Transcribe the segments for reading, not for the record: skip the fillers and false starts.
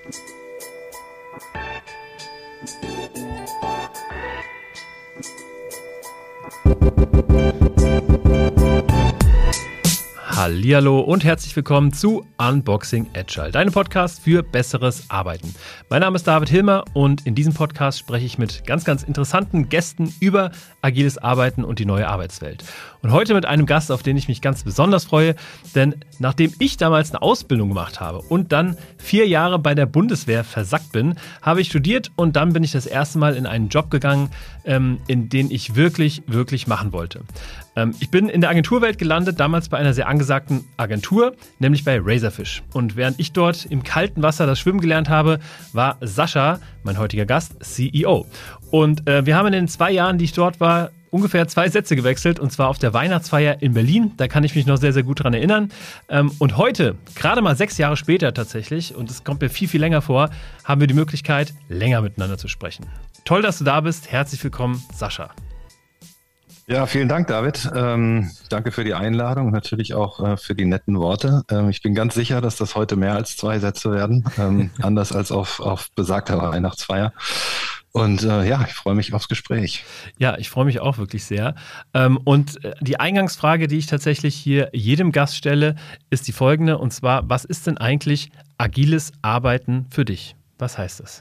Hallihallo und herzlich willkommen zu Unboxing Agile, deinem Podcast für besseres Arbeiten. Mein Name ist David Hilmer und in diesem Podcast spreche ich mit ganz, ganz interessanten Gästen über agiles Arbeiten und die neue Arbeitswelt. Und heute mit einem Gast, auf den ich mich ganz besonders freue, denn nachdem ich damals eine Ausbildung gemacht habe und dann 4 Jahre bei der Bundeswehr versackt bin, habe ich studiert und dann bin ich das erste Mal in einen Job gegangen, in den ich wirklich machen wollte. Ich bin in der Agenturwelt gelandet, damals bei einer sehr angesagten Agentur, nämlich bei Razorfish. Und während ich dort im kalten Wasser das Schwimmen gelernt habe, war Sascha, mein heutiger Gast, CEO. Und wir haben in den 2 Jahren, die ich dort war, ungefähr 2 Sätze gewechselt, und zwar auf der Weihnachtsfeier in Berlin. Da kann ich mich noch sehr, sehr gut dran erinnern. Und heute, gerade mal 6 Jahre später tatsächlich, und es kommt mir viel, viel länger vor, haben wir die Möglichkeit, länger miteinander zu sprechen. Toll, dass du da bist. Herzlich willkommen, Sascha. Ja, vielen Dank, David. Danke für die Einladung und natürlich auch für die netten Worte. Ich bin ganz sicher, dass das heute mehr als 2 Sätze werden, anders als auf besagter Weihnachtsfeier. Und ich freue mich aufs Gespräch. Ja, ich freue mich auch wirklich sehr. Und die Eingangsfrage, die ich tatsächlich hier jedem Gast stelle, ist die folgende. Und zwar, was ist denn eigentlich agiles Arbeiten für dich? Was heißt das?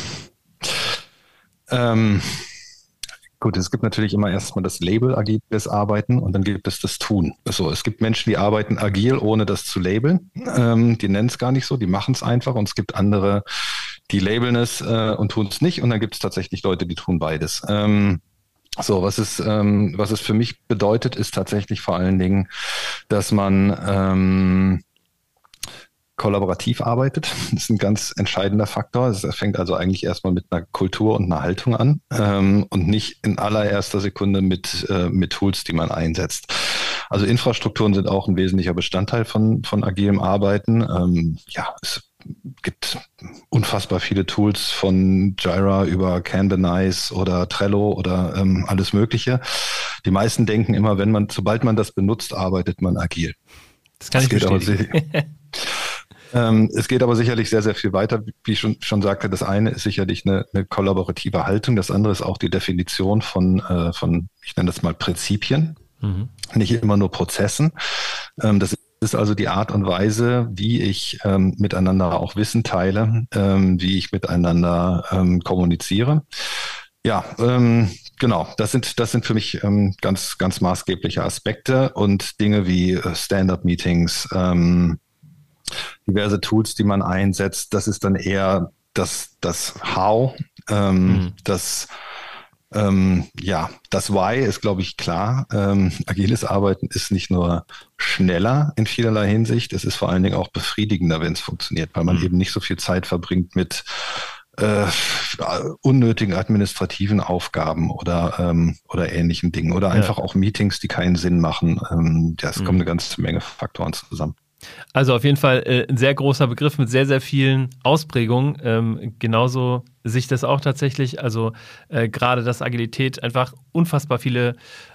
Gut, es gibt natürlich immer erstmal das Label agiles Arbeiten und dann gibt es das Tun. So, es gibt Menschen, die arbeiten agil, ohne das zu labeln. Die nennen es gar nicht so, die machen es einfach, und es gibt andere, die labeln es und tun es nicht, und dann gibt es tatsächlich Leute, die tun beides. Was es für mich bedeutet, ist tatsächlich vor allen Dingen, dass man kollaborativ arbeitet. Das ist ein ganz entscheidender Faktor. Es fängt also eigentlich erstmal mit einer Kultur und einer Haltung an, und nicht in allererster Sekunde mit Tools, die man einsetzt. Also Infrastrukturen sind auch ein wesentlicher Bestandteil von agilem Arbeiten. Es gibt unfassbar viele Tools von Jira über Kanban-Nice oder Trello oder alles Mögliche. Die meisten denken immer, sobald man das benutzt, arbeitet man agil. Das kann ich bestätigen. Es geht aber sicherlich sehr, sehr viel weiter. Wie ich schon sagte, das eine ist sicherlich eine kollaborative Haltung. Das andere ist auch die Definition von ich nenne das mal Prinzipien, nicht immer nur Prozessen. Das ist also die Art und Weise, wie ich miteinander auch Wissen teile, wie ich miteinander kommuniziere. Ja, genau. Das sind für mich ganz, ganz maßgebliche Aspekte und Dinge wie Stand-up-Meetings, diverse Tools, die man einsetzt. Das ist dann eher das How. Das Why ist, glaube ich, klar. Agiles Arbeiten ist nicht nur schneller in vielerlei Hinsicht, es ist vor allen Dingen auch befriedigender, wenn es funktioniert, weil man eben nicht so viel Zeit verbringt mit unnötigen administrativen Aufgaben oder ähnlichen Dingen oder einfach auch Meetings, die keinen Sinn machen. Es kommen eine ganze Menge Faktoren zusammen. Also auf jeden Fall ein sehr großer Begriff mit sehr, sehr vielen Ausprägungen. Genauso sehe ich das auch tatsächlich. Also gerade, dass Agilität einfach unfassbar viele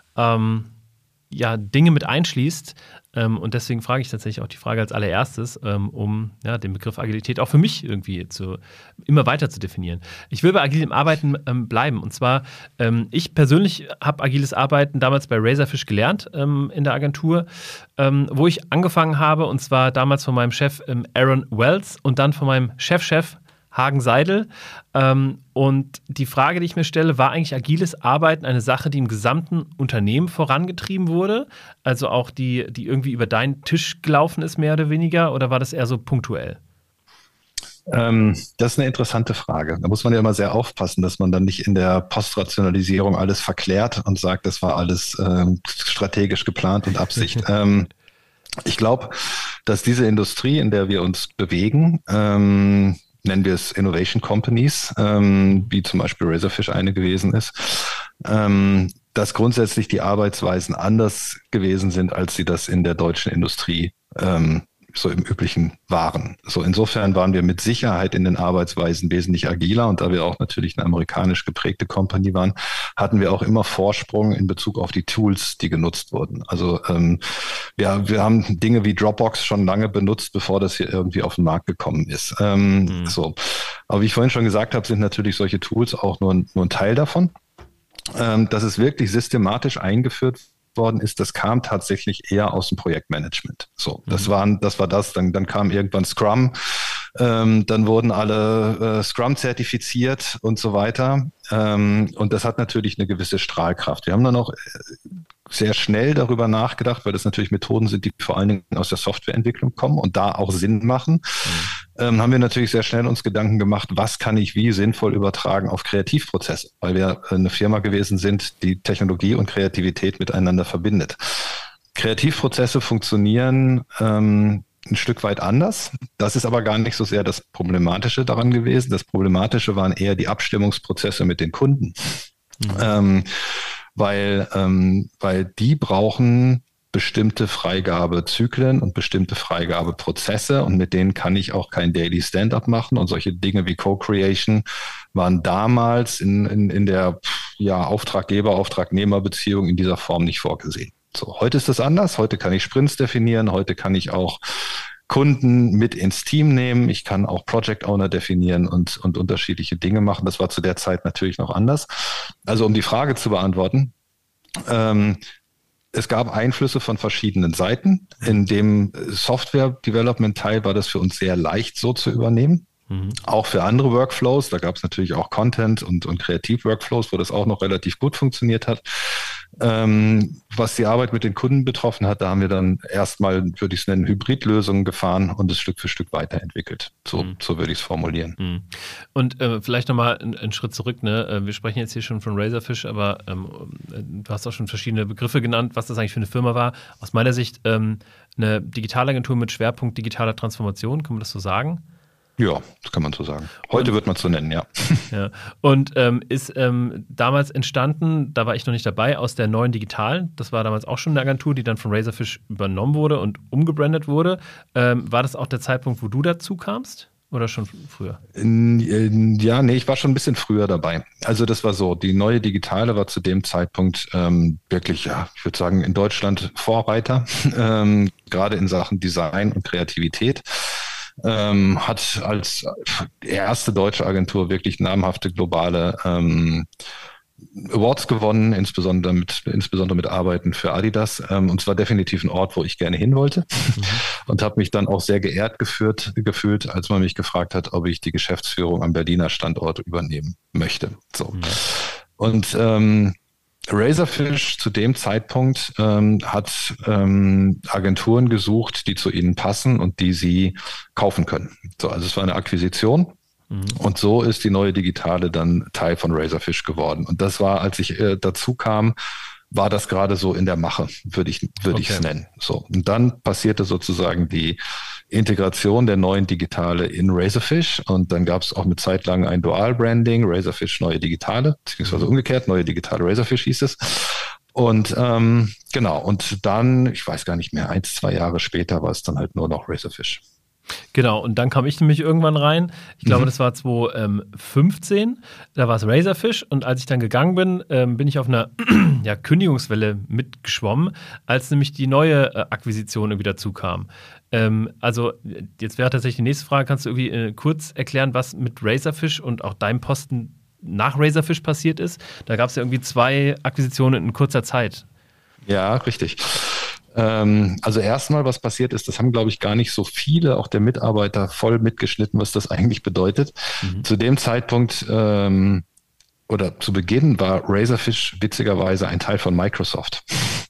Dinge mit einschließt. Und deswegen frage ich tatsächlich auch die Frage als allererstes, um den Begriff Agilität auch für mich irgendwie immer weiter zu definieren. Ich will bei agilem Arbeiten bleiben. Und zwar, ich persönlich habe agiles Arbeiten damals bei Razorfish gelernt in der Agentur, wo ich angefangen habe, und zwar damals von meinem Chef Aaron Wells und dann von meinem Chefchef Hagen Seidel. Und die Frage, die ich mir stelle, war eigentlich agiles Arbeiten eine Sache, die im gesamten Unternehmen vorangetrieben wurde? Also auch die irgendwie über deinen Tisch gelaufen ist, mehr oder weniger? Oder war das eher so punktuell? Das ist eine interessante Frage. Da muss man ja immer sehr aufpassen, dass man dann nicht in der Postrationalisierung alles verklärt und sagt, das war alles strategisch geplant und Absicht. Ich glaube, dass diese Industrie, in der wir uns bewegen, nennen wir es Innovation Companies, wie zum Beispiel Razorfish eine gewesen ist, dass grundsätzlich die Arbeitsweisen anders gewesen sind, als sie das in der deutschen Industrie so im Üblichen waren. So insofern waren wir mit Sicherheit in den Arbeitsweisen wesentlich agiler, und da wir auch natürlich eine amerikanisch geprägte Company waren, hatten wir auch immer Vorsprung in Bezug auf die Tools, die genutzt wurden. Also wir haben Dinge wie Dropbox schon lange benutzt, bevor das hier irgendwie auf den Markt gekommen ist. So. Aber wie ich vorhin schon gesagt habe, sind natürlich solche Tools auch nur ein Teil davon. Dass es wirklich systematisch eingeführt worden ist, das kam tatsächlich eher aus dem Projektmanagement. So, das war das. Dann kam irgendwann Scrum, dann wurden alle Scrum zertifiziert und so weiter. Und das hat natürlich eine gewisse Strahlkraft. Wir haben dann auch sehr schnell darüber nachgedacht, weil das natürlich Methoden sind, die vor allen Dingen aus der Softwareentwicklung kommen und da auch Sinn machen. Haben wir natürlich sehr schnell uns Gedanken gemacht, was kann ich wie sinnvoll übertragen auf Kreativprozesse, weil wir eine Firma gewesen sind, die Technologie und Kreativität miteinander verbindet. Kreativprozesse funktionieren ein Stück weit anders. Das ist aber gar nicht so sehr das Problematische daran gewesen. Das Problematische waren eher die Abstimmungsprozesse mit den Kunden. Weil die brauchen bestimmte Freigabezyklen und bestimmte Freigabeprozesse, und mit denen kann ich auch kein Daily Stand-up machen, und solche Dinge wie Co-Creation waren damals in der Auftraggeber-Auftragnehmer-Beziehung in dieser Form nicht vorgesehen. So, heute ist das anders. Heute kann ich Sprints definieren. Heute kann ich auch Kunden mit ins Team nehmen. Ich kann auch Project Owner definieren und unterschiedliche Dinge machen. Das war zu der Zeit natürlich noch anders. Also um die Frage zu beantworten, es gab Einflüsse von verschiedenen Seiten. In dem Software-Development-Teil war das für uns sehr leicht so zu übernehmen. Auch für andere Workflows, da gab es natürlich auch Content und Kreativ-Workflows, wo das auch noch relativ gut funktioniert hat. Was die Arbeit mit den Kunden betroffen hat, da haben wir dann erstmal, würde ich es nennen, Hybridlösungen gefahren und es Stück für Stück weiterentwickelt. So würde ich es formulieren. Und vielleicht nochmal einen Schritt zurück. Ne? Wir sprechen jetzt hier schon von Razorfish, aber du hast auch schon verschiedene Begriffe genannt, was das eigentlich für eine Firma war. Aus meiner Sicht eine Digitalagentur mit Schwerpunkt digitaler Transformation, kann man das so sagen? Ja, das kann man so sagen. Heute wird man es so nennen, ja. Ja. Und ist damals entstanden, da war ich noch nicht dabei, aus der Neuen Digitalen. Das war damals auch schon eine Agentur, die dann von Razorfish übernommen wurde und umgebrandet wurde. War das auch der Zeitpunkt, wo du dazu kamst? Oder schon früher? Ja, nee, ich war schon ein bisschen früher dabei. Also das war so, die Neue Digitale war zu dem Zeitpunkt wirklich, ja, ich würde sagen, in Deutschland Vorreiter, gerade in Sachen Design und Kreativität. Hat als erste deutsche Agentur wirklich namhafte globale Awards gewonnen, insbesondere mit Arbeiten für Adidas. Und zwar definitiv ein Ort, wo ich gerne hin wollte. Und habe mich dann auch sehr geehrt gefühlt, als man mich gefragt hat, ob ich die Geschäftsführung am Berliner Standort übernehmen möchte. So. Und Razorfish zu dem Zeitpunkt hat Agenturen gesucht, die zu ihnen passen und die sie kaufen können. So, also es war eine Akquisition. Und so ist die Neue Digitale dann Teil von Razorfish geworden. Und das war, als ich dazu kam, war das gerade so in der Mache, würde ich es nennen. So. Und dann passierte sozusagen die Integration der Neuen Digitale in Razorfish. Und dann gab es auch eine Zeit lang ein Dual-Branding, Razorfish Neue Digitale, beziehungsweise umgekehrt, Neue Digitale Razorfish hieß es. Und genau, und dann, ich weiß gar nicht mehr, 1-2 Jahre später war es dann halt nur noch Razorfish. Genau, und dann kam ich nämlich irgendwann rein. Ich glaube, das war 2015. Da war es Razorfish. Und als ich dann gegangen bin, bin ich auf einer Kündigungswelle mitgeschwommen, als nämlich die neue Akquisition irgendwie dazu kam. Also jetzt wäre tatsächlich die nächste Frage. Kannst du irgendwie kurz erklären, was mit Razorfish und auch deinem Posten nach Razorfish passiert ist? Da gab es ja irgendwie 2 Akquisitionen in kurzer Zeit. Ja, richtig. Also erstmal, was passiert ist, das haben, glaube ich, gar nicht so viele, auch der Mitarbeiter, voll mitgeschnitten, was das eigentlich bedeutet. Zu dem Zeitpunkt oder zu Beginn war Razorfish witzigerweise ein Teil von Microsoft.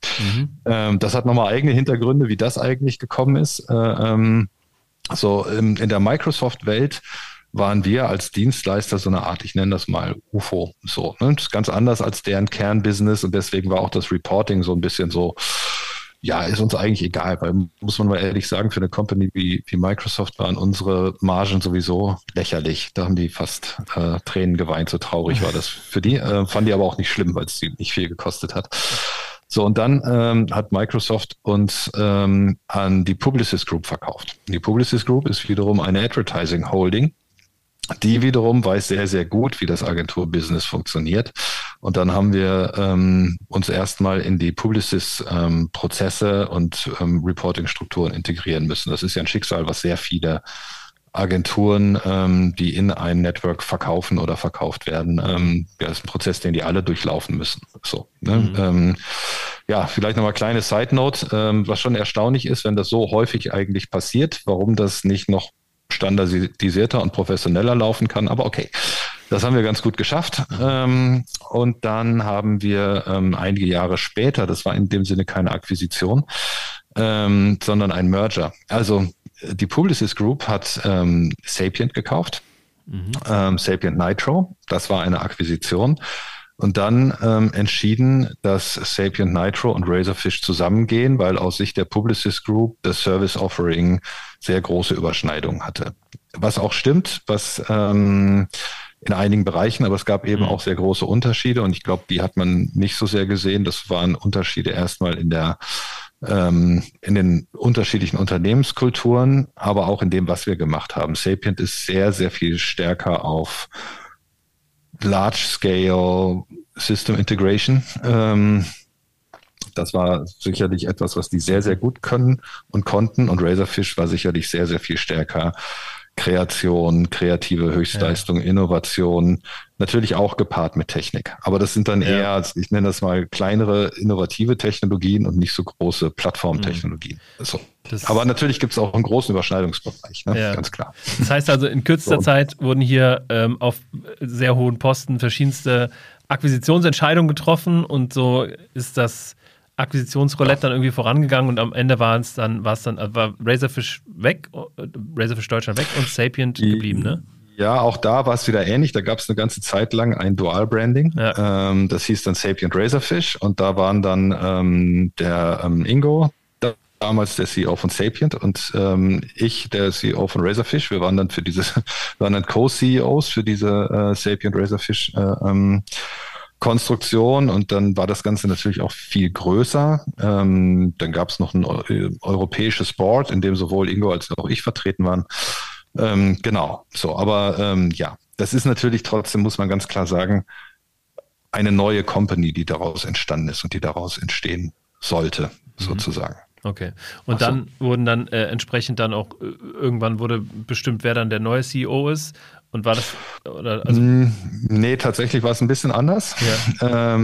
Das hat nochmal eigene Hintergründe, wie das eigentlich gekommen ist. In der Microsoft-Welt waren wir als Dienstleister so eine Art, ich nenne das mal UFO. So, ne? Das ist ganz anders als deren Kernbusiness, und deswegen war auch das Reporting so ein bisschen so, ja, ist uns eigentlich egal, weil, muss man mal ehrlich sagen, für eine Company wie Microsoft waren unsere Margen sowieso lächerlich. Da haben die fast Tränen geweint, so traurig war das für die. Fanden die aber auch nicht schlimm, weil es die nicht viel gekostet hat. So, und dann hat Microsoft uns an die Publicis Group verkauft. Die Publicis Group ist wiederum eine Advertising Holding. Die wiederum weiß sehr, sehr gut, wie das Agenturbusiness funktioniert. Und dann haben wir uns erstmal in die Publicis-Prozesse und Reporting-Strukturen integrieren müssen. Das ist ja ein Schicksal, was sehr viele Agenturen, die in ein Network verkaufen oder verkauft werden, ja, das ist ein Prozess, den die alle durchlaufen müssen. So, ne? Ja, vielleicht nochmal kleine Side Note, was schon erstaunlich ist, wenn das so häufig eigentlich passiert, warum das nicht noch standardisierter und professioneller laufen kann. Aber okay, das haben wir ganz gut geschafft. Und dann haben wir einige Jahre später, das war in dem Sinne keine Akquisition, sondern ein Merger. Also die Publicis Group hat Sapient gekauft, Sapient Nitro, das war eine Akquisition. Und dann entschieden, dass Sapient Nitro und Razorfish zusammengehen, weil aus Sicht der Publicis Group das Service Offering sehr große Überschneidungen hatte. Was auch stimmt, was in einigen Bereichen, aber es gab eben auch sehr große Unterschiede und ich glaube, die hat man nicht so sehr gesehen. Das waren Unterschiede erstmal in den unterschiedlichen Unternehmenskulturen, aber auch in dem, was wir gemacht haben. Sapient ist sehr, sehr viel stärker auf Large-Scale System Integration. Das war sicherlich etwas, was die sehr, sehr gut können und konnten. Und Razorfish war sicherlich sehr, sehr viel stärker Kreation, kreative Höchstleistung, Innovation, natürlich auch gepaart mit Technik. Aber das sind dann eher, ich nenne das mal, kleinere innovative Technologien und nicht so große Plattformtechnologien. So. Aber natürlich gibt es auch einen großen Überschneidungsbereich, ne? Ganz klar. Das heißt also, in kürzester Zeit wurden hier auf sehr hohen Posten verschiedenste Akquisitionsentscheidungen getroffen und so ist das Akquisitionsroulette dann irgendwie vorangegangen und am Ende war Razorfish weg, Razorfish Deutschland weg und Sapient geblieben, ne? Ja, auch da war es wieder ähnlich. Da gab es eine ganze Zeit lang ein Dual-Branding. Ja. Das hieß dann Sapient Razorfish und da waren dann der Ingo, damals der CEO von Sapient und ich, der CEO von Razorfish. Wir waren dann Co-CEOs für diese Sapient Razorfish Konstruktion und dann war das Ganze natürlich auch viel größer. Dann gab es noch ein europäisches Board, in dem sowohl Ingo als auch ich vertreten waren. Genau, so, aber ja, das ist natürlich trotzdem, muss man ganz klar sagen, eine neue Company, die daraus entstanden ist und die daraus entstehen sollte, sozusagen. Okay. Und dann wurden dann entsprechend dann auch irgendwann wurde bestimmt, wer dann der neue CEO ist. Und war das oder also nee, tatsächlich war es ein bisschen anders. Ja.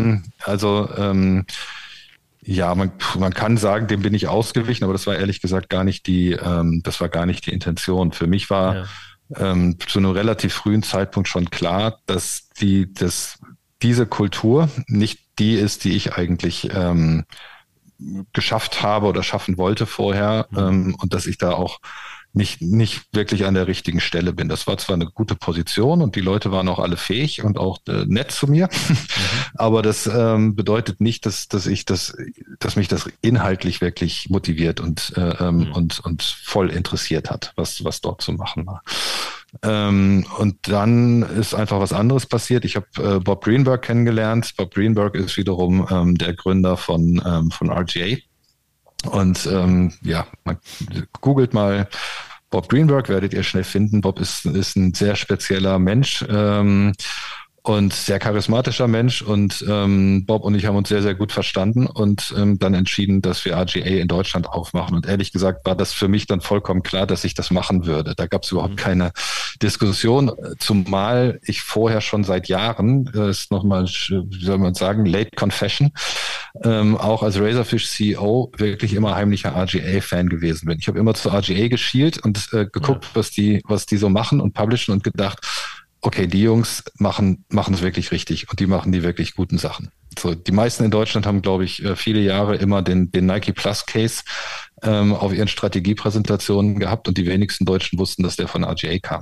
Ja, man kann sagen, dem bin ich ausgewichen, aber das war ehrlich gesagt gar nicht die Intention. Für mich war zu einem relativ frühen Zeitpunkt schon klar, dass diese Kultur nicht die ist, die ich eigentlich geschafft habe oder schaffen wollte vorher und dass ich da auch nicht wirklich an der richtigen Stelle bin. Das war zwar eine gute Position und die Leute waren auch alle fähig und auch nett zu mir, aber das bedeutet nicht, dass mich das inhaltlich wirklich motiviert und voll interessiert hat, was dort zu machen war. Und dann ist einfach was anderes passiert. Ich habe Bob Greenberg kennengelernt. Bob Greenberg ist wiederum der Gründer von RGA. Und man googelt mal Bob Greenberg, werdet ihr schnell finden. Bob ist ein sehr spezieller Mensch und sehr charismatischer Mensch. Und Bob und ich haben uns sehr, sehr gut verstanden und dann entschieden, dass wir RGA in Deutschland aufmachen. Und ehrlich gesagt war das für mich dann vollkommen klar, dass ich das machen würde. Da gab es überhaupt keine Diskussion, zumal ich vorher schon seit Jahren, ist nochmal, wie soll man sagen, Late Confession, auch als Razorfish CEO wirklich immer heimlicher RGA-Fan gewesen bin. Ich habe immer zu RGA geschielt und geguckt, was die so machen und publishen und gedacht, okay, die Jungs machen es wirklich richtig und die machen die wirklich guten Sachen. So, die meisten in Deutschland haben, glaube ich, viele Jahre immer den Nike Plus Case auf ihren Strategiepräsentationen gehabt und die wenigsten Deutschen wussten, dass der von RGA kam.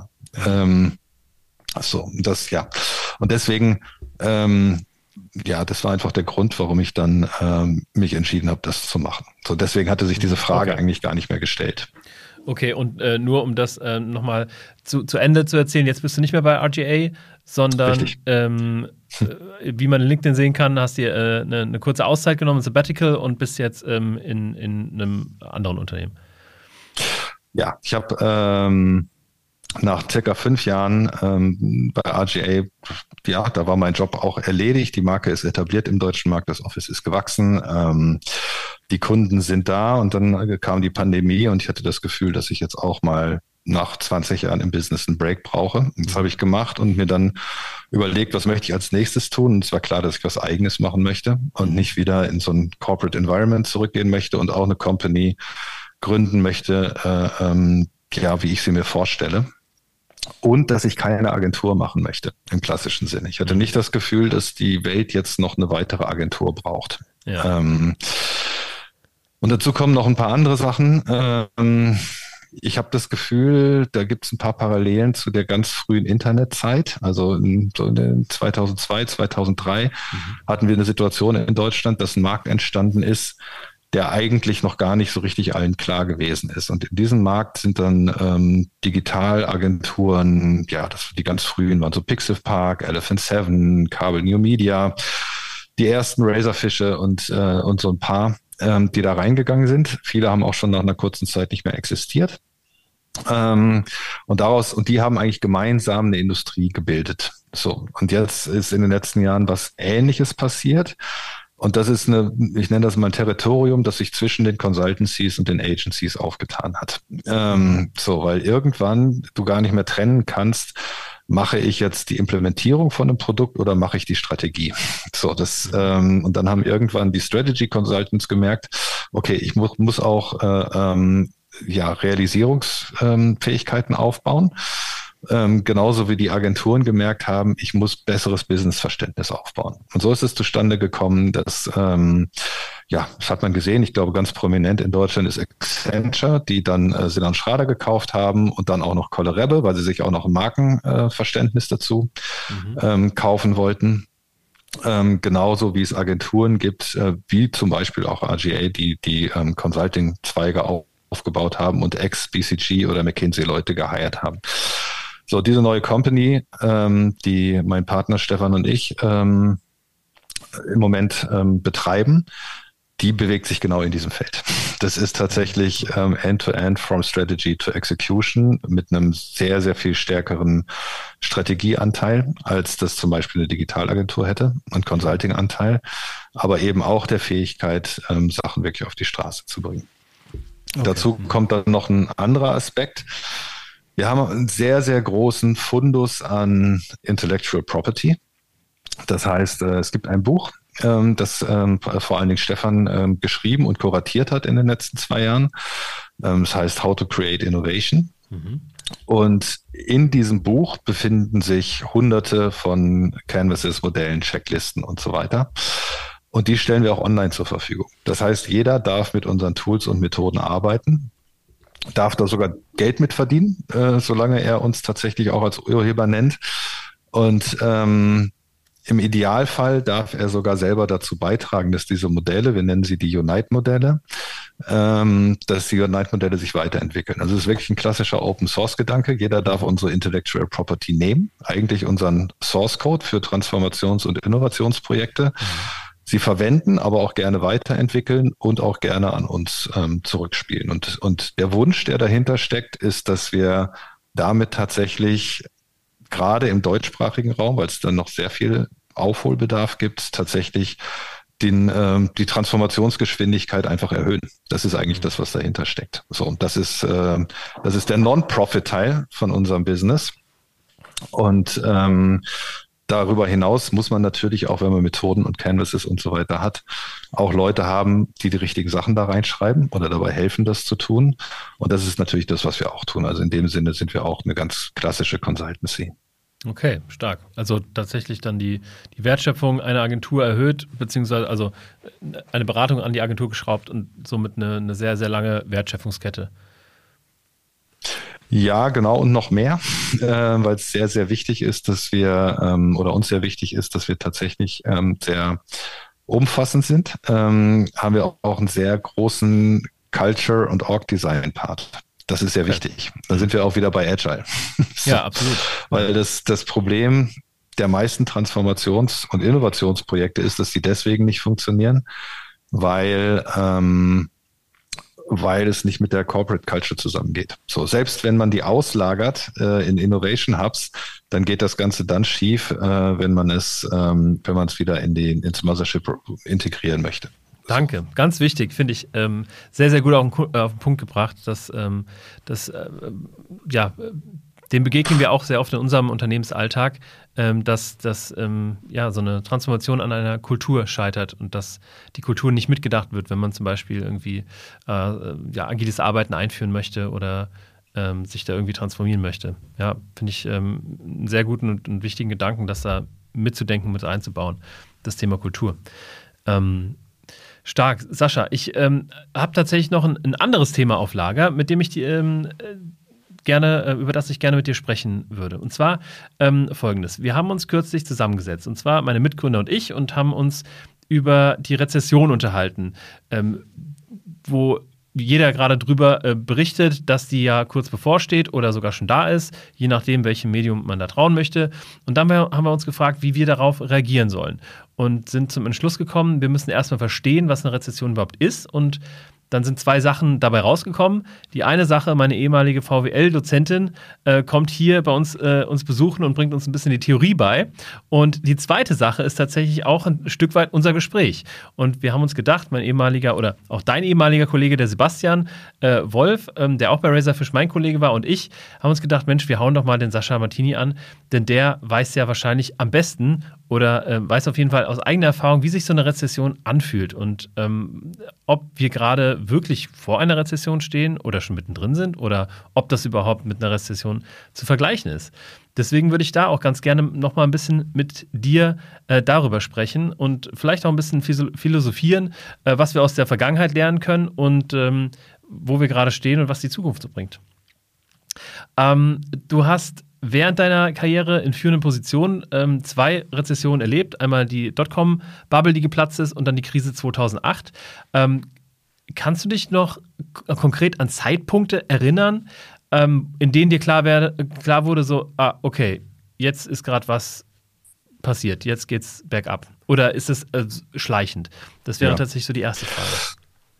Und deswegen, das war einfach der Grund, warum ich dann mich entschieden habe, das zu machen. So, deswegen hatte sich diese Frage eigentlich gar nicht mehr gestellt. Okay, und nur um das nochmal zu Ende zu erzählen, jetzt bist du nicht mehr bei RGA, sondern wie man in LinkedIn sehen kann, hast dir eine kurze Auszeit genommen, ein Sabbatical, und bist jetzt in einem anderen Unternehmen. Ja, ich habe nach circa 5 Jahren bei RGA, ja, da war mein Job auch erledigt. Die Marke ist etabliert im deutschen Markt, das Office ist gewachsen, die Kunden sind da, und dann kam die Pandemie und ich hatte das Gefühl, dass ich jetzt auch mal nach 20 Jahren im Business einen Break brauche. Das habe ich gemacht und mir dann überlegt, was möchte ich als nächstes tun. Und es war klar, dass ich was Eigenes machen möchte und nicht wieder in so ein Corporate Environment zurückgehen möchte und auch eine Company gründen möchte, ja, wie ich sie mir vorstelle. Und dass ich keine Agentur machen möchte, im klassischen Sinne. Ich hatte nicht das Gefühl, dass die Welt jetzt noch eine weitere Agentur braucht. Ja. Und dazu kommen noch ein paar andere Sachen. Ich habe das Gefühl, da gibt es ein paar Parallelen zu der ganz frühen Internetzeit. Also so in den 2002, 2003 hatten wir eine Situation in Deutschland, dass ein Markt entstanden ist, der eigentlich noch gar nicht so richtig allen klar gewesen ist. Und in diesem Markt sind dann Digitalagenturen, ja, die ganz frühen waren so Pixelpark, Elephant Seven, Kabel New Media, die ersten Razorfische und so ein paar, die da reingegangen sind. Viele haben auch schon nach einer kurzen Zeit nicht mehr existiert. Und die haben eigentlich gemeinsam eine Industrie gebildet. So. Und jetzt ist in den letzten Jahren was Ähnliches passiert. Und das ist ich nenne das mal ein Territorium, das sich zwischen den Consultancies und den Agencies aufgetan hat. Weil irgendwann du gar nicht mehr trennen kannst, mache ich jetzt die Implementierung von einem Produkt oder mache ich die Strategie? Und dann haben irgendwann die Strategy Consultants gemerkt, okay, ich muss auch Realisierungsfähigkeiten aufbauen. Genauso wie die Agenturen gemerkt haben, ich muss besseres Businessverständnis aufbauen. Und so ist es zustande gekommen, dass, das hat man gesehen, ich glaube ganz prominent in Deutschland ist Accenture, die dann Sinan Schrader gekauft haben und dann auch noch Colorable, weil sie sich auch noch ein Markenverständnis dazu kaufen wollten. Genauso wie es Agenturen gibt, wie zum Beispiel auch RGA, die Consulting-Zweige aufgebaut haben und ex-BCG oder McKinsey-Leute geheiert haben. So, diese neue Company, die mein Partner Stefan und ich im Moment betreiben, die bewegt sich genau in diesem Feld. Das ist tatsächlich End-to-End from Strategy to Execution mit einem sehr, sehr viel stärkeren Strategieanteil, als das zum Beispiel eine Digitalagentur hätte, und Consulting-Anteil, aber eben auch der Fähigkeit, Sachen wirklich auf die Straße zu bringen. Okay. Dazu kommt dann noch ein anderer Aspekt. Wir haben einen sehr, sehr großen Fundus an Intellectual Property. Das heißt, es gibt ein Buch, das vor allen Dingen Stefan geschrieben und kuratiert hat in den letzten 2 Jahren. Das heißt How to Create Innovation. Und in diesem Buch befinden sich Hunderte von Canvases, Modellen, Checklisten und so weiter. Und die stellen wir auch online zur Verfügung. Das heißt, jeder darf mit unseren Tools und Methoden arbeiten, darf da sogar Geld mit verdienen, solange er uns tatsächlich auch als Urheber nennt. Und im Idealfall darf er sogar selber dazu beitragen, dass diese Modelle, wir nennen sie die Unite-Modelle, dass die Unite-Modelle sich weiterentwickeln. Also es ist wirklich ein klassischer Open-Source-Gedanke. Jeder darf unsere Intellectual Property nehmen, eigentlich unseren Source-Code für Transformations- und Innovationsprojekte. Sie verwenden, aber auch gerne weiterentwickeln und auch gerne an uns zurückspielen. Und der Wunsch, der dahinter steckt, ist, dass wir damit tatsächlich gerade im deutschsprachigen Raum, weil es dann noch sehr viel Aufholbedarf gibt, tatsächlich die Transformationsgeschwindigkeit einfach erhöhen. Das ist eigentlich das, was dahinter steckt. So, und das ist der Non-Profit-Teil von unserem Business. Und darüber hinaus muss man natürlich auch, wenn man Methoden und Canvases und so weiter hat, auch Leute haben, die richtigen Sachen da reinschreiben oder dabei helfen, das zu tun. Und das ist natürlich das, was wir auch tun. Also in dem Sinne sind wir auch eine ganz klassische Consultancy. Okay, stark. Also tatsächlich dann die Wertschöpfung einer Agentur erhöht, beziehungsweise also eine Beratung an die Agentur geschraubt und somit eine sehr, sehr lange Wertschöpfungskette. Ja, genau, und noch mehr, weil es sehr, sehr wichtig ist, dass wir, oder uns sehr wichtig ist, dass wir tatsächlich sehr umfassend sind, haben wir auch einen sehr großen Culture- und Org-Design-Part. Das ist sehr wichtig. Da sind wir auch wieder bei Agile. Ja, absolut. Weil das Problem der meisten Transformations- und Innovationsprojekte ist, dass sie deswegen nicht funktionieren, weil es nicht mit der Corporate Culture zusammengeht. So, selbst wenn man die auslagert in Innovation Hubs, dann geht das Ganze dann schief, wenn man es wieder ins Mothership integrieren möchte. Danke, ganz wichtig, finde ich sehr, sehr gut auf den Punkt gebracht, dass dem begegnen wir auch sehr oft in unserem Unternehmensalltag, dass so eine Transformation an einer Kultur scheitert und dass die Kultur nicht mitgedacht wird, wenn man zum Beispiel irgendwie agiles Arbeiten einführen möchte oder sich da irgendwie transformieren möchte. Ja, finde ich einen sehr guten und wichtigen Gedanken, das da mitzudenken, mit einzubauen, das Thema Kultur. Stark. Sascha, ich habe tatsächlich noch ein anderes Thema auf Lager, mit dem ich über das ich gerne mit dir sprechen würde. Und zwar Folgendes. Wir haben uns kürzlich zusammengesetzt, und zwar meine Mitgründer und ich, und haben uns über die Rezession unterhalten, wo jeder gerade drüber berichtet, dass die ja kurz bevorsteht oder sogar schon da ist, je nachdem, welchem Medium man da trauen möchte. Und dann haben wir uns gefragt, wie wir darauf reagieren sollen. Und sind zum Entschluss gekommen, wir müssen erstmal verstehen, was eine Rezession überhaupt ist. Und dann sind 2 Sachen dabei rausgekommen. Die eine Sache, meine ehemalige VWL-Dozentin kommt hier bei uns besuchen und bringt uns ein bisschen die Theorie bei. Und die zweite Sache ist tatsächlich auch ein Stück weit unser Gespräch. Und wir haben uns gedacht, mein ehemaliger oder auch dein ehemaliger Kollege, der Sebastian Wolf, der auch bei Razorfish mein Kollege war, und ich, haben uns gedacht, Mensch, wir hauen doch mal den Sascha Martini an, denn der weiß ja wahrscheinlich am besten oder weiß auf jeden Fall aus eigener Erfahrung, wie sich so eine Rezession anfühlt und ob wir gerade wirklich vor einer Rezession stehen oder schon mittendrin sind oder ob das überhaupt mit einer Rezession zu vergleichen ist. Deswegen würde ich da auch ganz gerne noch mal ein bisschen mit dir darüber sprechen und vielleicht auch ein bisschen philosophieren, was wir aus der Vergangenheit lernen können und wo wir gerade stehen und was die Zukunft so bringt. Du hast während deiner Karriere in führenden Positionen 2 Rezessionen erlebt. Einmal die Dotcom-Bubble, die geplatzt ist, und dann die Krise 2008. Kannst du dich noch konkret an Zeitpunkte erinnern, in denen dir klar wurde, so, okay, jetzt ist gerade was passiert, jetzt geht's bergab? Oder ist es schleichend? Das wäre tatsächlich so die erste Frage.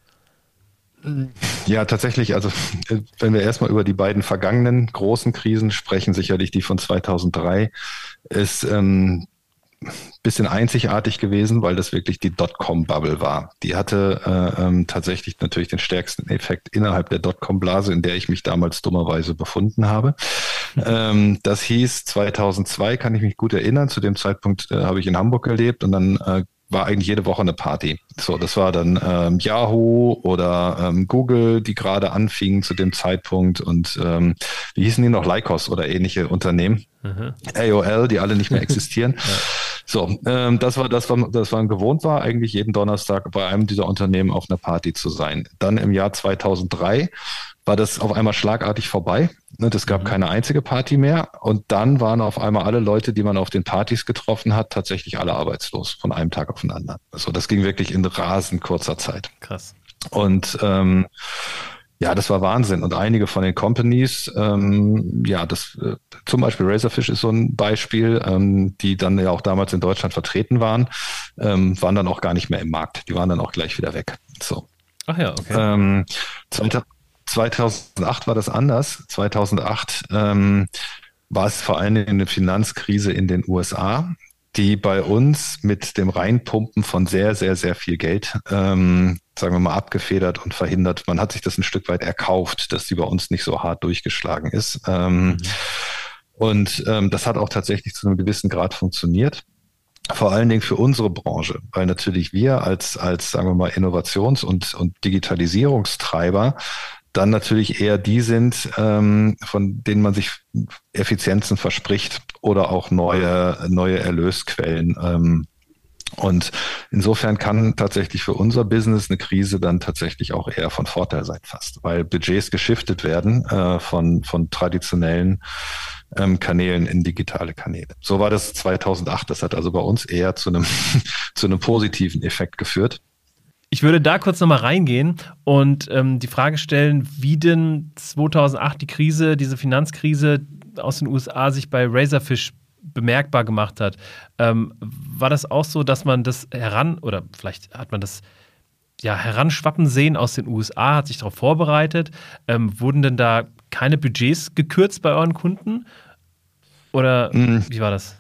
Ja, tatsächlich, also wenn wir erstmal über die beiden vergangenen großen Krisen sprechen, sicherlich die von 2003, ist bisschen einzigartig gewesen, weil das wirklich die Dotcom-Bubble war. Die hatte tatsächlich natürlich den stärksten Effekt innerhalb der Dotcom-Blase, in der ich mich damals dummerweise befunden habe. Das hieß 2002, kann ich mich gut erinnern, zu dem Zeitpunkt habe ich in Hamburg gelebt und dann war eigentlich jede Woche eine Party. So, das war dann Yahoo oder Google, die gerade anfingen zu dem Zeitpunkt und wie hießen die noch? Lycos oder ähnliche Unternehmen. AOL, die alle nicht mehr existieren. Ja. So, das war gewohnt war, eigentlich jeden Donnerstag bei einem dieser Unternehmen auf einer Party zu sein. Dann im Jahr 2003 war das auf einmal schlagartig vorbei. Es gab keine einzige Party mehr. Und dann waren auf einmal alle Leute, die man auf den Partys getroffen hat, tatsächlich alle arbeitslos von einem Tag auf den anderen. Also das ging wirklich in rasend kurzer Zeit. Krass. Und ja, das war Wahnsinn. Und einige von den Companies, zum Beispiel Razorfish ist so ein Beispiel, die dann ja auch damals in Deutschland vertreten waren dann auch gar nicht mehr im Markt. Die waren dann auch gleich wieder weg. So. Ach ja, okay. 2008 war das anders. 2008 war es vor allem eine Finanzkrise in den USA, die bei uns mit dem Reinpumpen von sehr, sehr, sehr viel Geld, sagen wir mal, abgefedert und verhindert. Man hat sich das ein Stück weit erkauft, dass die bei uns nicht so hart durchgeschlagen ist. Und das hat auch tatsächlich zu einem gewissen Grad funktioniert. Vor allen Dingen für unsere Branche, weil natürlich wir als sagen wir mal, Innovations- und Digitalisierungstreiber dann natürlich eher die sind, von denen man sich Effizienzen verspricht oder auch neue Erlösquellen. Und insofern kann tatsächlich für unser Business eine Krise dann tatsächlich auch eher von Vorteil sein fast, weil Budgets geschiftet werden von traditionellen Kanälen in digitale Kanäle. So war das 2008. Das hat also bei uns eher zu einem positiven Effekt geführt. Ich würde da kurz nochmal reingehen und die Frage stellen, wie denn 2008 diese Finanzkrise aus den USA sich bei Razorfish bemerkbar gemacht hat. War das auch so, dass man das oder vielleicht hat man das heranschwappen sehen aus den USA, hat sich darauf vorbereitet? Wurden denn da keine Budgets gekürzt bei euren Kunden? Oder wie war das?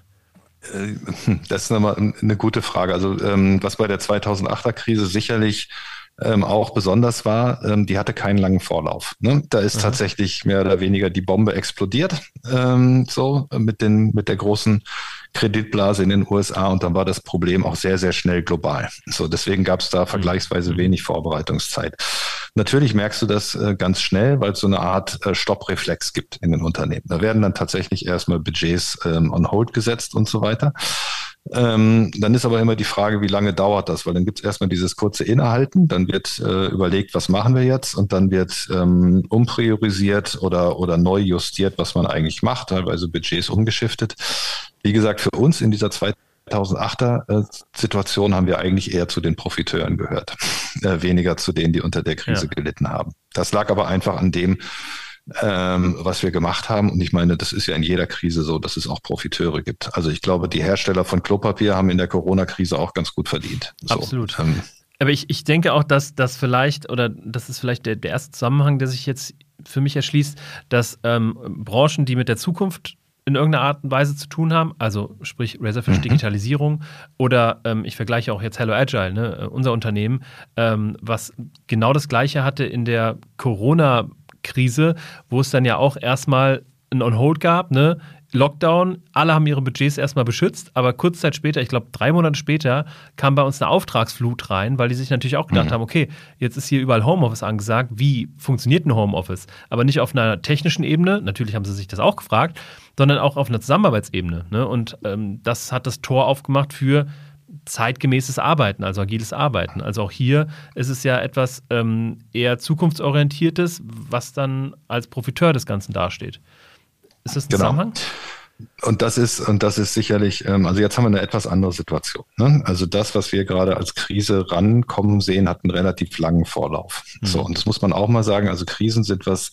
Das ist nochmal eine gute Frage. Also was bei der 2008er Krise sicherlich auch besonders war, die hatte keinen langen Vorlauf. Ne? Da ist tatsächlich mehr oder weniger die Bombe explodiert, mit der großen Kreditblase in den USA, und dann war das Problem auch sehr, sehr schnell global. So, deswegen gab es da vergleichsweise wenig Vorbereitungszeit. Natürlich merkst du das ganz schnell, weil es so eine Art Stoppreflex gibt in den Unternehmen. Da werden dann tatsächlich erstmal Budgets on hold gesetzt und so weiter. Dann ist aber immer die Frage, wie lange dauert das? Weil dann gibt es erstmal dieses kurze Innehalten, dann wird überlegt, was machen wir jetzt, und dann wird umpriorisiert oder neu justiert, was man eigentlich macht, teilweise Budgets umgeschiftet. Wie gesagt, für uns in dieser 2008er Situation haben wir eigentlich eher zu den Profiteuren gehört, weniger zu denen, die unter der Krise gelitten haben. Das lag aber einfach an dem, was wir gemacht haben. Und ich meine, das ist ja in jeder Krise so, dass es auch Profiteure gibt. Also ich glaube, die Hersteller von Klopapier haben in der Corona-Krise auch ganz gut verdient. Absolut. Aber ich denke auch, dass das vielleicht, oder das ist vielleicht der erste Zusammenhang, der sich jetzt für mich erschließt, dass Branchen, die mit der Zukunft in irgendeiner Art und Weise zu tun haben, also sprich Razorfish Digitalisierung oder ich vergleiche auch jetzt Hello Agile, ne, unser Unternehmen, was genau das Gleiche hatte in der Corona-Krise, wo es dann ja auch erstmal ein On-Hold gab, ne? Lockdown, alle haben ihre Budgets erstmal beschützt, aber kurz Zeit später, ich glaube 3 Monate später, kam bei uns eine Auftragsflut rein, weil die sich natürlich auch gedacht haben, okay, jetzt ist hier überall Homeoffice angesagt, wie funktioniert ein Homeoffice? Aber nicht auf einer technischen Ebene, natürlich haben sie sich das auch gefragt, sondern auch auf einer Zusammenarbeitsebene. Ne? Und das hat das Tor aufgemacht für zeitgemäßes Arbeiten, also agiles Arbeiten. Also auch hier ist es ja etwas eher zukunftsorientiertes, was dann als Profiteur des Ganzen dasteht. Ist das ein Zusammenhang? Und das ist sicherlich, also jetzt haben wir eine etwas andere Situation. Ne? Also das, was wir gerade als Krise rankommen sehen, hat einen relativ langen Vorlauf. So, und das muss man auch mal sagen. Also Krisen sind was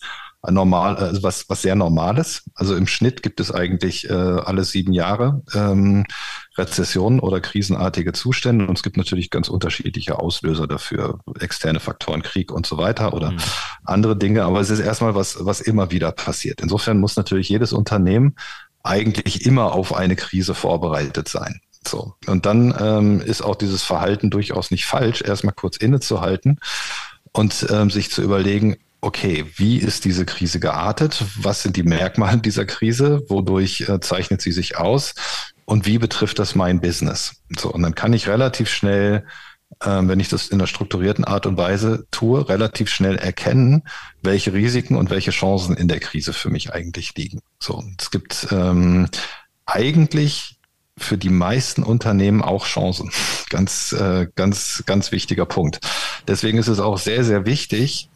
sehr Normales. Also im Schnitt gibt es eigentlich alle 7 Jahre Rezessionen oder krisenartige Zustände. Und es gibt natürlich ganz unterschiedliche Auslöser dafür, externe Faktoren, Krieg und so weiter oder andere Dinge. Aber es ist erstmal was immer wieder passiert. Insofern muss natürlich jedes Unternehmen eigentlich immer auf eine Krise vorbereitet sein. So. Und dann ist auch dieses Verhalten durchaus nicht falsch, erstmal kurz innezuhalten und sich zu überlegen, okay, wie ist diese Krise geartet? Was sind die Merkmale dieser Krise? Wodurch zeichnet sie sich aus? Und wie betrifft das mein Business? So, und dann kann ich relativ schnell, wenn ich das in einer strukturierten Art und Weise tue, relativ schnell erkennen, welche Risiken und welche Chancen in der Krise für mich eigentlich liegen. So, es gibt eigentlich für die meisten Unternehmen auch Chancen. Ganz wichtiger Punkt. Deswegen ist es auch sehr, sehr wichtig,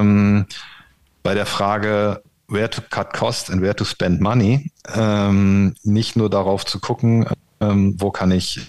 bei der Frage, where to cut cost and where to spend money, nicht nur darauf zu gucken, wo kann ich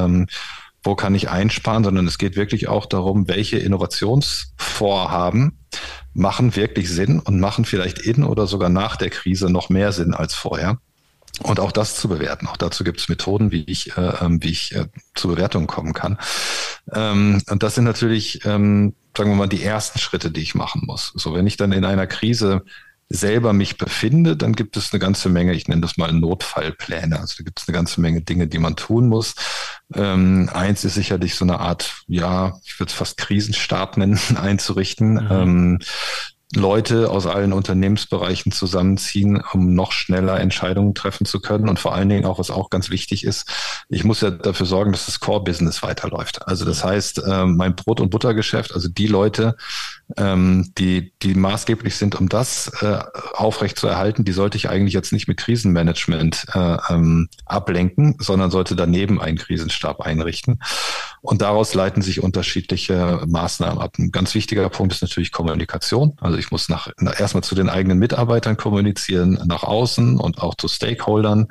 einsparen, sondern es geht wirklich auch darum, welche Innovationsvorhaben machen wirklich Sinn und machen vielleicht in oder sogar nach der Krise noch mehr Sinn als vorher. Und auch das zu bewerten. Auch dazu gibt es Methoden, wie ich zu Bewertungen kommen kann. Und das sind natürlich, sagen wir mal, die ersten Schritte, die ich machen muss. So, wenn ich dann in einer Krise selber mich befinde, dann gibt es eine ganze Menge, ich nenne das mal Notfallpläne. Also da gibt es eine ganze Menge Dinge, die man tun muss. Eins ist sicherlich so eine Art, ja, ich würde es fast Krisenstab nennen, einzurichten. Leute aus allen Unternehmensbereichen zusammenziehen, um noch schneller Entscheidungen treffen zu können. Und vor allen Dingen auch, was auch ganz wichtig ist, ich muss ja dafür sorgen, dass das Core-Business weiterläuft. Also das heißt, mein Brot- und Buttergeschäft, also die Leute, die maßgeblich sind, um das aufrecht zu erhalten, die sollte ich eigentlich jetzt nicht mit Krisenmanagement ablenken, sondern sollte daneben einen Krisenstab einrichten. Und daraus leiten sich unterschiedliche Maßnahmen ab. Ein ganz wichtiger Punkt ist natürlich Kommunikation. Also ich muss erstmal zu den eigenen Mitarbeitern kommunizieren, nach außen und auch zu Stakeholdern.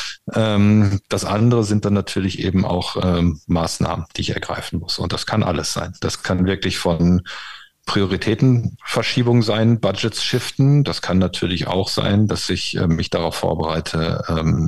Das andere sind dann natürlich eben auch Maßnahmen, die ich ergreifen muss. Und das kann alles sein. Das kann wirklich von Prioritätenverschiebung sein, Budgets shiften. Das kann natürlich auch sein, dass ich mich darauf vorbereite,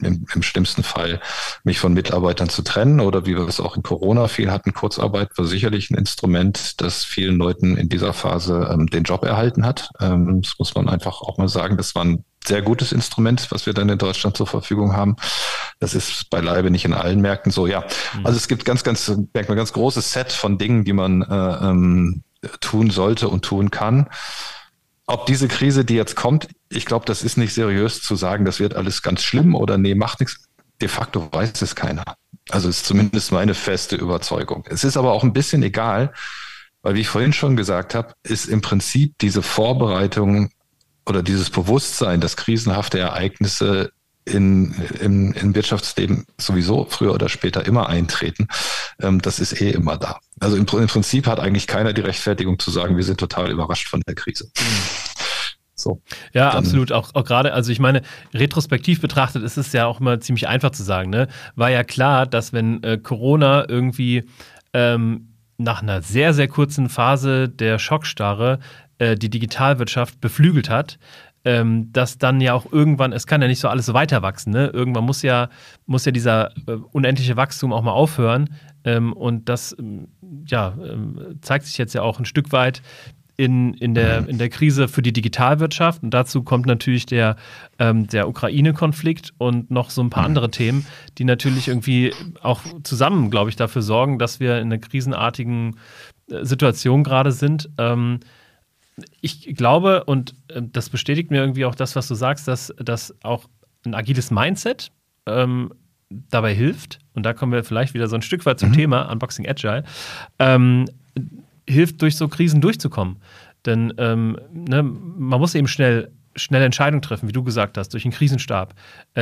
im schlimmsten Fall mich von Mitarbeitern zu trennen oder wie wir es auch in Corona viel hatten. Kurzarbeit war sicherlich ein Instrument, das vielen Leuten in dieser Phase den Job erhalten hat. Das muss man einfach auch mal sagen. Das war ein sehr gutes Instrument, was wir dann in Deutschland zur Verfügung haben. Das ist beileibe nicht in allen Märkten so. Ja, also es gibt ganz großes Set von Dingen, die man tun sollte und tun kann. Ob diese Krise, die jetzt kommt, ich glaube, das ist nicht seriös zu sagen, das wird alles ganz schlimm oder nee, macht nichts. De facto weiß es keiner. Also ist zumindest meine feste Überzeugung. Es ist aber auch ein bisschen egal, weil wie ich vorhin schon gesagt habe, ist im Prinzip diese Vorbereitung oder dieses Bewusstsein, dass krisenhafte Ereignisse im Wirtschaftsleben sowieso früher oder später immer eintreten, das ist immer da. Also im Prinzip hat eigentlich keiner die Rechtfertigung zu sagen, wir sind total überrascht von der Krise. So, ja, absolut. Auch gerade, also ich meine, retrospektiv betrachtet ist es ja auch immer ziemlich einfach zu sagen, ne? War ja klar, dass wenn Corona irgendwie nach einer sehr, sehr kurzen Phase der Schockstarre die Digitalwirtschaft beflügelt hat, dass dann ja auch irgendwann, es kann ja nicht so alles so weiter wachsen, ne? Irgendwann muss ja dieser unendliche Wachstum auch mal aufhören. Und das zeigt sich jetzt ja auch ein Stück weit in der Krise für die Digitalwirtschaft. Und dazu kommt natürlich der Ukraine-Konflikt und noch so ein paar andere Themen, die natürlich irgendwie auch zusammen, glaube ich, dafür sorgen, dass wir in einer krisenartigen Situation gerade sind. Ich glaube, und das bestätigt mir irgendwie auch das, was du sagst, dass auch ein agiles Mindset dabei hilft. Und da kommen wir vielleicht wieder so ein Stück weit zum Thema Unboxing Agile. Hilft, durch so Krisen durchzukommen. Denn man muss eben schnell Entscheidungen treffen, wie du gesagt hast, durch einen Krisenstab.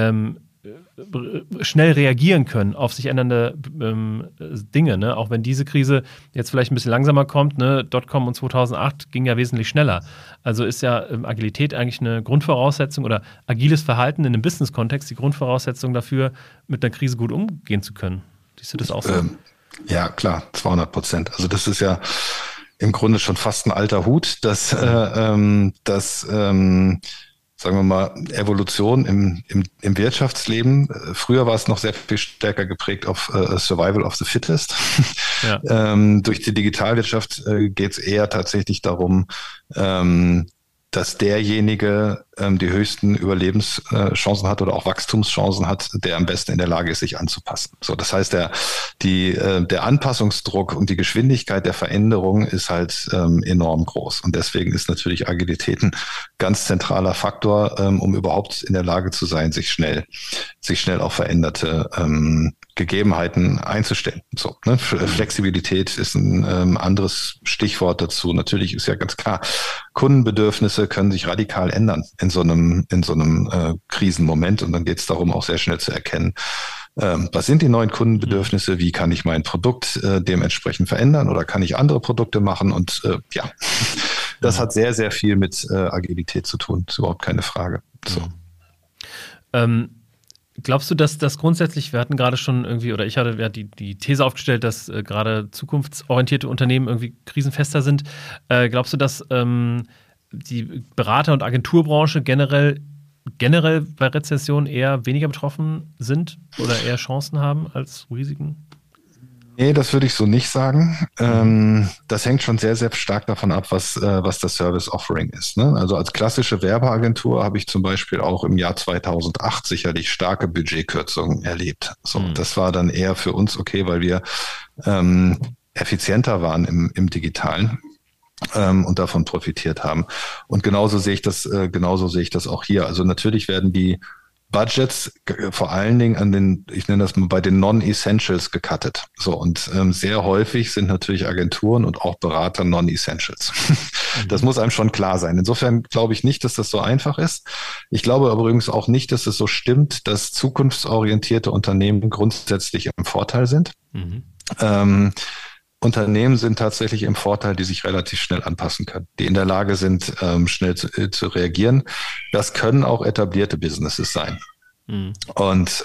Schnell reagieren können auf sich ändernde Dinge, ne? Auch wenn diese Krise jetzt vielleicht ein bisschen langsamer kommt, ne? Dotcom und 2008 ging ja wesentlich schneller. Also ist ja Agilität eigentlich eine Grundvoraussetzung oder agiles Verhalten in einem Business-Kontext die Grundvoraussetzung dafür, mit einer Krise gut umgehen zu können. Siehst du das auch so? Ja, klar, 200%. Also das ist ja im Grunde schon fast ein alter Hut, dass sagen wir mal, Evolution im Wirtschaftsleben. Früher war es noch sehr viel stärker geprägt auf Survival of the Fittest. Ja. Durch die Digitalwirtschaft geht es eher tatsächlich darum, dass derjenige die höchsten Überlebenschancen hat oder auch Wachstumschancen hat, der am besten in der Lage ist, sich anzupassen. So, das heißt, der Anpassungsdruck und die Geschwindigkeit der Veränderung ist halt enorm groß. Und deswegen ist natürlich Agilität ein ganz zentraler Faktor, um überhaupt in der Lage zu sein, sich schnell auf veränderte Gegebenheiten einzustellen. So, ne? Flexibilität ist ein anderes Stichwort dazu. Natürlich ist ja ganz klar, Kundenbedürfnisse können sich radikal ändern in so einem Krisenmoment. Und dann geht es darum, auch sehr schnell zu erkennen, was sind die neuen Kundenbedürfnisse, wie kann ich mein Produkt dementsprechend verändern oder kann ich andere Produkte machen? Und das hat sehr, sehr viel mit Agilität zu tun. Ist überhaupt keine Frage. So. Glaubst du, dass das grundsätzlich, wir hatten gerade schon irgendwie, oder ich hatte ja die These aufgestellt, dass gerade zukunftsorientierte Unternehmen irgendwie krisenfester sind. Glaubst du, dass die Berater- und Agenturbranche generell bei Rezession eher weniger betroffen sind oder eher Chancen haben als Risiken? Nee, das würde ich so nicht sagen. Das hängt schon sehr, sehr stark davon ab, was das Service Offering ist. Ne? Also als klassische Werbeagentur habe ich zum Beispiel auch im Jahr 2008 sicherlich starke Budgetkürzungen erlebt. So, das war dann eher für uns okay, weil wir effizienter waren im Digitalen. Und davon profitiert haben. Und genauso sehe ich das auch hier. Also natürlich werden die Budgets vor allen Dingen ich nenne das mal bei den Non-Essentials gecuttet. So, und sehr häufig sind natürlich Agenturen und auch Berater Non-Essentials. Das muss einem schon klar sein. Insofern glaube ich nicht, dass das so einfach ist. Ich glaube aber übrigens auch nicht, dass es so stimmt, dass zukunftsorientierte Unternehmen grundsätzlich im Vorteil sind. Unternehmen sind tatsächlich im Vorteil, die sich relativ schnell anpassen können, die in der Lage sind, schnell zu reagieren. Das können auch etablierte Businesses sein. Und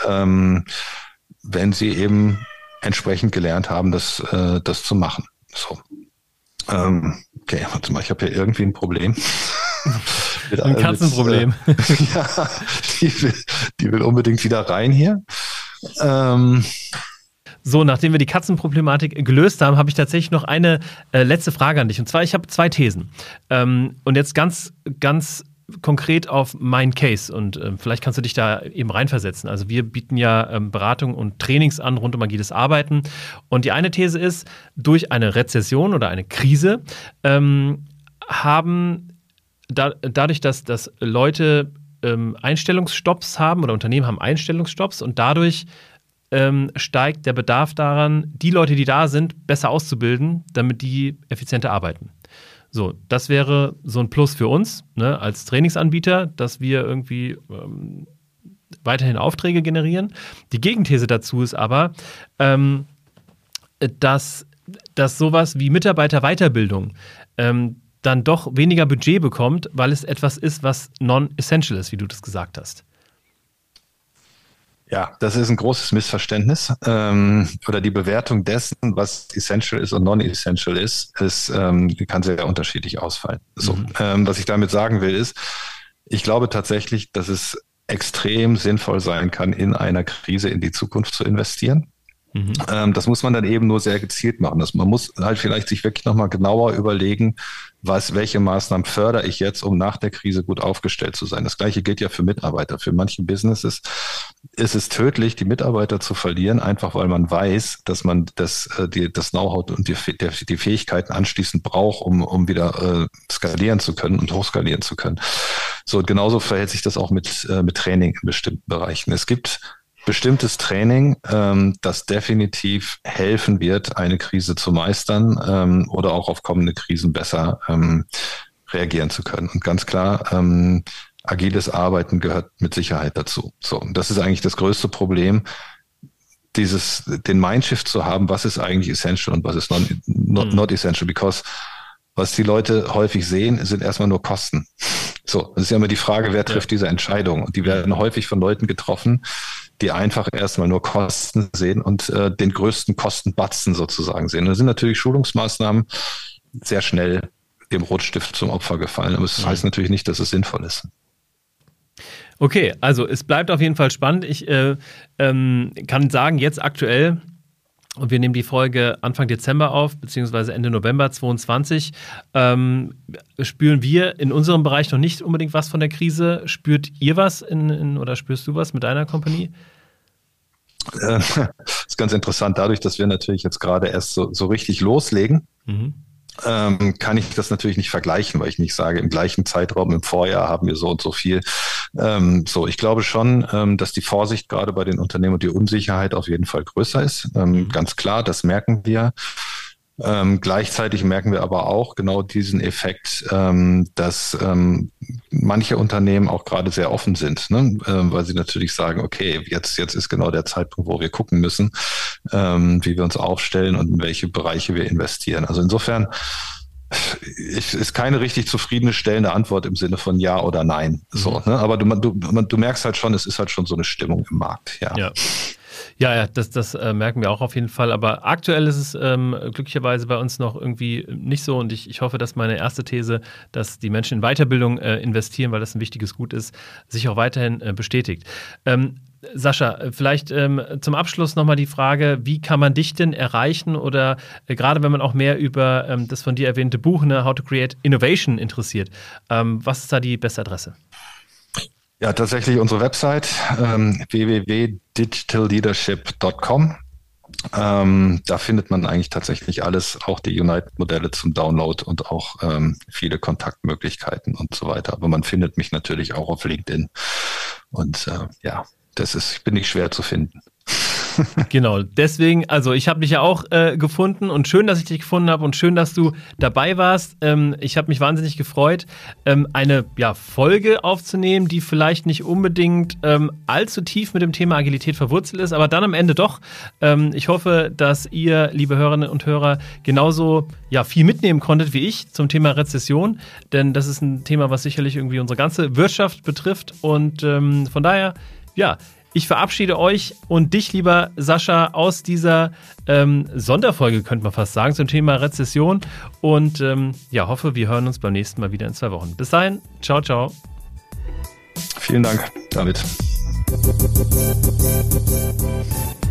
wenn sie eben entsprechend gelernt haben, das zu machen. So. Okay, warte mal, ich habe hier irgendwie ein Problem. Ein Katzenproblem. Ja, die will unbedingt wieder rein hier. So, nachdem wir die Katzenproblematik gelöst haben, habe ich tatsächlich noch eine letzte Frage an dich. Und zwar, ich habe 2 Thesen. Und jetzt ganz konkret auf meinen Case. Und vielleicht kannst du dich da eben reinversetzen. Also wir bieten ja Beratung und Trainings an rund um agiles Arbeiten. Und die eine These ist, durch eine Rezession oder eine Krise dadurch, dass Leute Einstellungsstopps haben oder Unternehmen haben Einstellungsstopps und dadurch steigt der Bedarf daran, die Leute, die da sind, besser auszubilden, damit die effizienter arbeiten. So, das wäre so ein Plus für uns, ne, als Trainingsanbieter, dass wir irgendwie weiterhin Aufträge generieren. Die Gegenthese dazu ist aber, dass sowas wie Mitarbeiterweiterbildung dann doch weniger Budget bekommt, weil es etwas ist, was non-essential ist, wie du das gesagt hast. Ja, das ist ein großes Missverständnis. Oder die Bewertung dessen, was essential ist und non-essential ist, kann sehr unterschiedlich ausfallen. So, was ich damit sagen will, ist, ich glaube tatsächlich, dass es extrem sinnvoll sein kann, in einer Krise in die Zukunft zu investieren. Das muss man dann eben nur sehr gezielt machen. Man muss halt vielleicht sich wirklich nochmal genauer überlegen, welche Maßnahmen fördere ich jetzt, um nach der Krise gut aufgestellt zu sein. Das Gleiche gilt ja für Mitarbeiter. Für manche Businesses ist es tödlich, die Mitarbeiter zu verlieren, einfach weil man weiß, dass man das Know-how und die Fähigkeiten anschließend braucht, um wieder skalieren zu können und hochskalieren zu können. So, und genauso verhält sich das auch mit Training in bestimmten Bereichen. Es gibt bestimmtes Training, das definitiv helfen wird, eine Krise zu meistern oder auch auf kommende Krisen besser reagieren zu können. Und ganz klar, agiles Arbeiten gehört mit Sicherheit dazu. So, und das ist eigentlich das größte Problem, den Mindshift zu haben, was ist eigentlich essential und was ist not essential, because was die Leute häufig sehen, sind erstmal nur Kosten. So, das ist ja immer die Frage, wer trifft diese Entscheidung? Und die werden häufig von Leuten getroffen, die einfach erstmal nur Kosten sehen und den größten Kostenbatzen sozusagen sehen. Da sind natürlich Schulungsmaßnahmen sehr schnell dem Rotstift zum Opfer gefallen, aber es heißt natürlich nicht, dass es sinnvoll ist. Okay, also es bleibt auf jeden Fall spannend. Ich kann sagen, jetzt aktuell, und wir nehmen die Folge Anfang Dezember auf, beziehungsweise Ende November 2022, spüren wir in unserem Bereich noch nicht unbedingt was von der Krise. Spürt ihr was oder spürst du was mit deiner Company? Das ist ganz interessant. Dadurch, dass wir natürlich jetzt gerade erst so richtig loslegen, kann ich das natürlich nicht vergleichen, weil ich nicht sage, im gleichen Zeitraum im Vorjahr haben wir so und so viel. Ich glaube schon, dass die Vorsicht gerade bei den Unternehmen und die Unsicherheit auf jeden Fall größer ist. Ganz klar, das merken wir. Gleichzeitig merken wir aber auch genau diesen Effekt, dass manche Unternehmen auch gerade sehr offen sind, ne? Weil sie natürlich sagen, okay, jetzt ist genau der Zeitpunkt, wo wir gucken müssen, wie wir uns aufstellen und in welche Bereiche wir investieren. Also insofern ist keine richtig zufriedenstellende Antwort im Sinne von Ja oder Nein. So, ne? Aber du merkst halt schon, es ist halt schon so eine Stimmung im Markt. Ja, das merken wir auch auf jeden Fall. Aber aktuell ist es glücklicherweise bei uns noch irgendwie nicht so. Und ich hoffe, dass meine erste These, dass die Menschen in Weiterbildung investieren, weil das ein wichtiges Gut ist, sich auch weiterhin bestätigt. Sascha, vielleicht zum Abschluss nochmal die Frage, wie kann man dich denn erreichen oder gerade wenn man auch mehr über das von dir erwähnte Buch, ne, How to Create Innovation interessiert, was ist da die beste Adresse? Ja, tatsächlich unsere Website www.digitalleadership.com. Da findet man eigentlich tatsächlich alles, auch die Unite-Modelle zum Download und auch viele Kontaktmöglichkeiten und so weiter. Aber man findet mich natürlich auch auf LinkedIn. Und ich bin nicht schwer zu finden. Genau, deswegen, also ich habe dich ja auch gefunden und schön, dass ich dich gefunden habe und schön, dass du dabei warst. Ich habe mich wahnsinnig gefreut, eine Folge aufzunehmen, die vielleicht nicht unbedingt allzu tief mit dem Thema Agilität verwurzelt ist, aber dann am Ende doch. Ich hoffe, dass ihr, liebe Hörerinnen und Hörer, genauso viel mitnehmen konntet wie ich zum Thema Rezession, denn das ist ein Thema, was sicherlich irgendwie unsere ganze Wirtschaft betrifft und von daher, Ich verabschiede euch und dich, lieber Sascha, aus dieser Sonderfolge, könnte man fast sagen, zum Thema Rezession. Und hoffe, wir hören uns beim nächsten Mal wieder in 2 Wochen. Bis dahin, ciao, ciao. Vielen Dank, David.